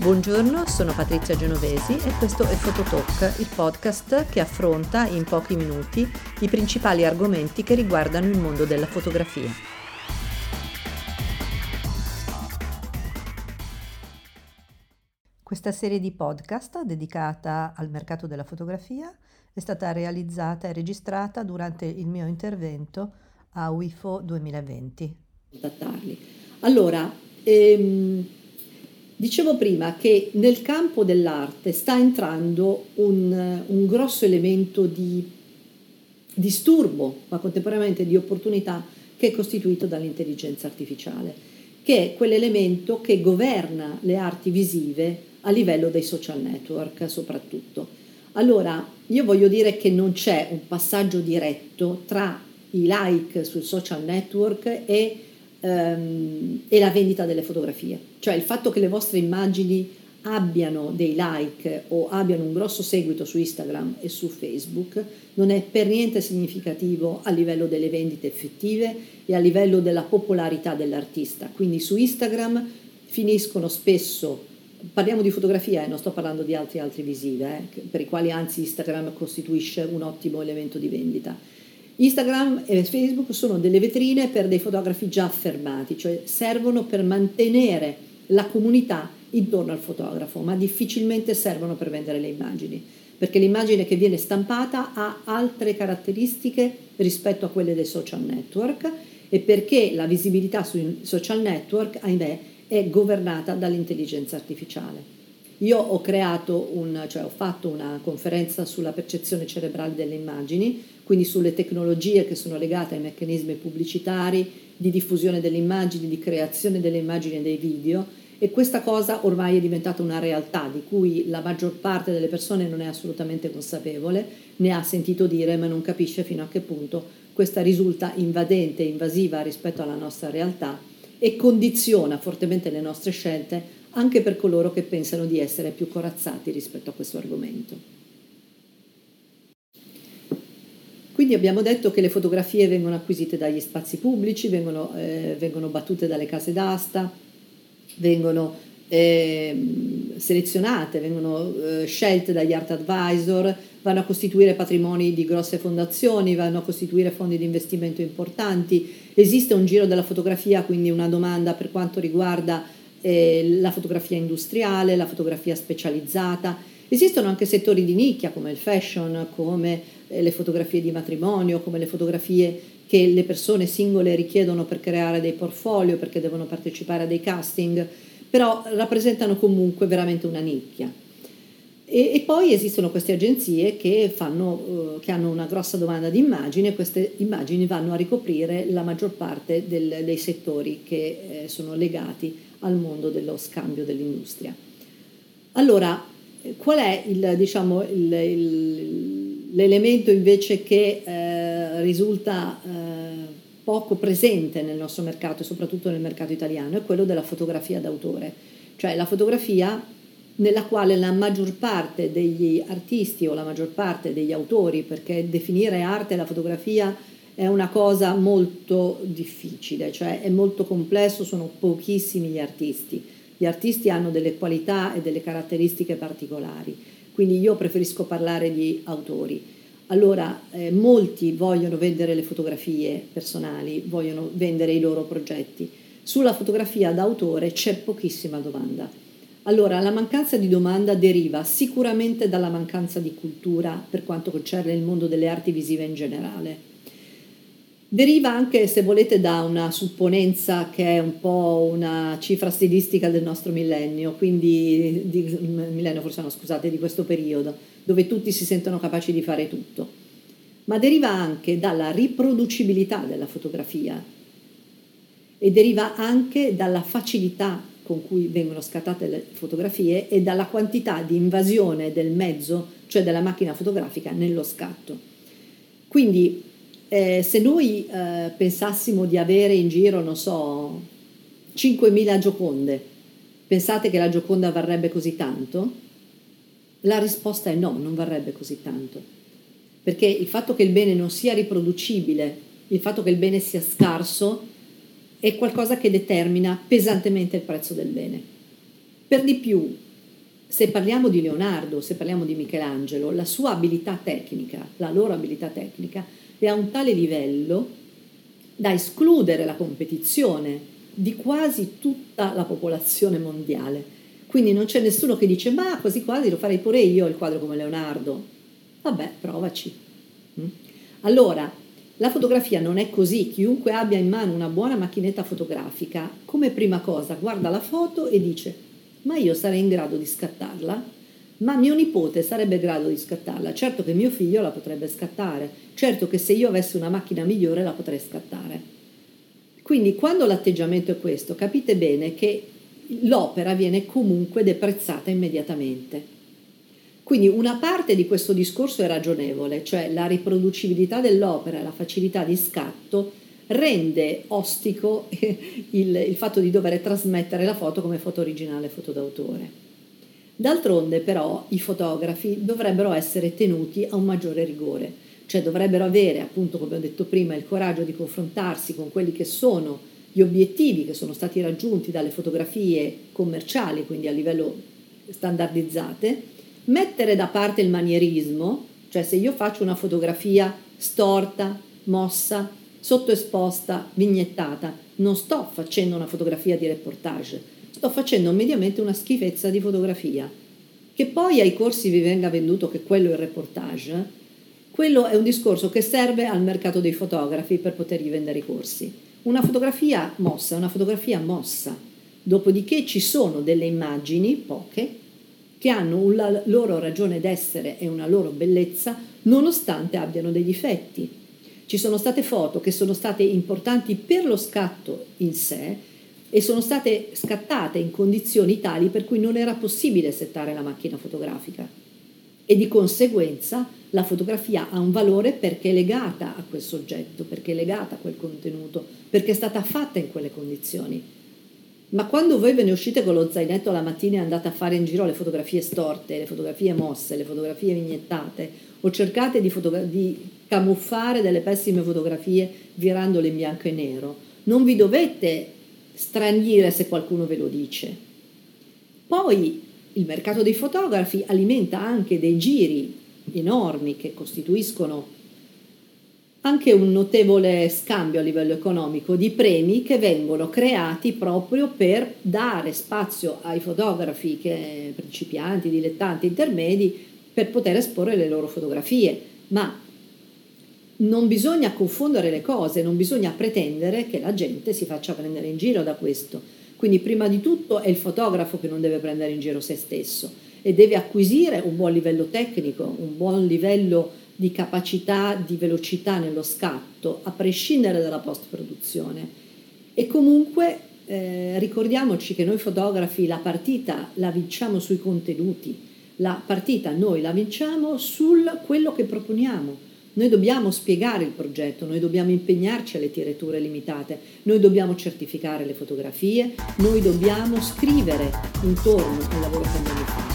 Buongiorno, sono Patrizia Genovesi e questo è Fototalk, il podcast che affronta in pochi minuti i principali argomenti che riguardano il mondo della fotografia. Questa serie di podcast dedicata al mercato della fotografia è stata realizzata e registrata durante il mio intervento a UIFO 2020. Allora, dicevo prima che nel campo dell'arte sta entrando un grosso elemento di disturbo, ma contemporaneamente di opportunità, che è costituito dall'intelligenza artificiale, che è quell'elemento che governa le arti visive a livello dei social network soprattutto. Allora, io voglio dire che non c'è un passaggio diretto tra i like sul social network e la vendita delle fotografie, cioè il fatto che le vostre immagini abbiano dei like o abbiano un grosso seguito su Instagram e su Facebook non è per niente significativo a livello delle vendite effettive e a livello della popolarità dell'artista. Quindi su Instagram finiscono spesso, parliamo di fotografia e non sto parlando di altri visive, per i quali anzi Instagram costituisce un ottimo elemento di vendita. Instagram e Facebook sono delle vetrine per dei fotografi già affermati, cioè servono per mantenere la comunità intorno al fotografo, ma difficilmente servono per vendere le immagini, perché l'immagine che viene stampata ha altre caratteristiche rispetto a quelle dei social network e perché la visibilità sui social network, ahimè, è governata dall'intelligenza artificiale. Io ho fatto una conferenza sulla percezione cerebrale delle immagini, quindi sulle tecnologie che sono legate ai meccanismi pubblicitari, di diffusione delle immagini, di creazione delle immagini e dei video, e questa cosa ormai è diventata una realtà di cui la maggior parte delle persone non è assolutamente consapevole, ne ha sentito dire ma non capisce fino a che punto questa risulta invadente e invasiva rispetto alla nostra realtà e condiziona fortemente le nostre scelte anche per coloro che pensano di essere più corazzati rispetto a questo argomento. Quindi abbiamo detto che le fotografie vengono acquisite dagli spazi pubblici, vengono battute dalle case d'asta, vengono selezionate, vengono scelte dagli art advisor, vanno a costituire patrimoni di grosse fondazioni, vanno a costituire fondi di investimento importanti. Esiste un giro della fotografia, quindi una domanda per quanto riguarda la fotografia industriale, la fotografia specializzata. Esistono anche settori di nicchia come il fashion, come le fotografie di matrimonio, come le fotografie che le persone singole richiedono per creare dei portfolio, perché devono partecipare a dei casting, però rappresentano comunque veramente una nicchia. E poi esistono queste agenzie che hanno una grossa domanda di immagini e queste immagini vanno a ricoprire la maggior parte dei settori che sono legati al mondo dello scambio dell'industria. Allora, qual è l'elemento invece che risulta poco presente nel nostro mercato e soprattutto nel mercato italiano? È quello della fotografia d'autore, cioè la fotografia nella quale la maggior parte degli artisti o la maggior parte degli autori, perché definire arte la fotografia è una cosa molto difficile, cioè è molto complesso, sono pochissimi gli artisti. Gli artisti hanno delle qualità e delle caratteristiche particolari, quindi io preferisco parlare di autori. Allora, molti vogliono vendere le fotografie personali, vogliono vendere i loro progetti. Sulla fotografia d'autore c'è pochissima domanda. Allora, la mancanza di domanda deriva sicuramente dalla mancanza di cultura per quanto concerne il mondo delle arti visive in generale. Deriva anche, se volete, da una supponenza che è un po' una cifra stilistica del nostro millennio, quindi di questo periodo, dove tutti si sentono capaci di fare tutto. Ma deriva anche dalla riproducibilità della fotografia e deriva anche dalla facilità con cui vengono scattate le fotografie e dalla quantità di invasione del mezzo, cioè della macchina fotografica, nello scatto. Quindi se noi pensassimo di avere in giro, 5.000 Gioconde, pensate che la Gioconda varrebbe così tanto? La risposta è no, non varrebbe così tanto. Perché il fatto che il bene non sia riproducibile, il fatto che il bene sia scarso, è qualcosa che determina pesantemente il prezzo del bene. Per di più, se parliamo di Leonardo, se parliamo di Michelangelo, la sua abilità tecnica, la loro abilità tecnica è a un tale livello da escludere la competizione di quasi tutta la popolazione mondiale. Quindi non c'è nessuno che dice ma quasi quasi lo farei pure io il quadro come Leonardo. Vabbè, provaci. Allora, la fotografia non è così. Chiunque abbia in mano una buona macchinetta fotografica, come prima cosa guarda la foto e dice ma io sarei in grado di scattarla? Ma mio nipote sarebbe in grado di scattarla? Certo che mio figlio la potrebbe scattare, certo che se io avessi una macchina migliore la potrei scattare. Quindi quando l'atteggiamento è questo, capite bene che l'opera viene comunque deprezzata immediatamente. Quindi una parte di questo discorso è ragionevole, cioè la riproducibilità dell'opera e la facilità di scatto rende ostico il fatto di dover trasmettere la foto come foto originale, foto d'autore. D'altronde però i fotografi dovrebbero essere tenuti a un maggiore rigore, cioè dovrebbero avere, appunto come ho detto prima, il coraggio di confrontarsi con quelli che sono gli obiettivi che sono stati raggiunti dalle fotografie commerciali, quindi a livello standardizzate, mettere da parte il manierismo, cioè se io faccio una fotografia storta, mossa, sottoesposta, vignettata, non sto facendo una fotografia di reportage, sto facendo mediamente una schifezza di fotografia. Che poi ai corsi vi venga venduto che quello è il reportage, quello è un discorso che serve al mercato dei fotografi per potergli vendere i corsi. Una fotografia mossa è una fotografia mossa, dopodiché ci sono delle immagini, poche, che hanno una loro ragione d'essere e una loro bellezza, nonostante abbiano dei difetti. Ci sono state foto che sono state importanti per lo scatto in sé e sono state scattate in condizioni tali per cui non era possibile settare la macchina fotografica e di conseguenza la fotografia ha un valore perché è legata a quel soggetto, perché è legata a quel contenuto, perché è stata fatta in quelle condizioni. Ma quando voi ve ne uscite con lo zainetto la mattina e andate a fare in giro le fotografie storte, le fotografie mosse, le fotografie vignettate, o cercate di camuffare delle pessime fotografie virandole in bianco e nero, non vi dovete stranire se qualcuno ve lo dice. Poi il mercato dei fotografi alimenta anche dei giri enormi che costituiscono anche un notevole scambio a livello economico di premi che vengono creati proprio per dare spazio ai fotografi principianti, dilettanti, intermedi, per poter esporre le loro fotografie. Ma non bisogna confondere le cose, non bisogna pretendere che la gente si faccia prendere in giro da questo. Quindi prima di tutto è il fotografo che non deve prendere in giro se stesso e deve acquisire un buon livello tecnico, un buon livello di capacità, di velocità nello scatto, a prescindere dalla post-produzione. E comunque ricordiamoci che noi fotografi la partita la vinciamo sui contenuti, la partita noi la vinciamo sul quello che proponiamo. Noi dobbiamo spiegare il progetto, noi dobbiamo impegnarci alle tirature limitate, noi dobbiamo certificare le fotografie, noi dobbiamo scrivere intorno al lavoro che andiamo a fare.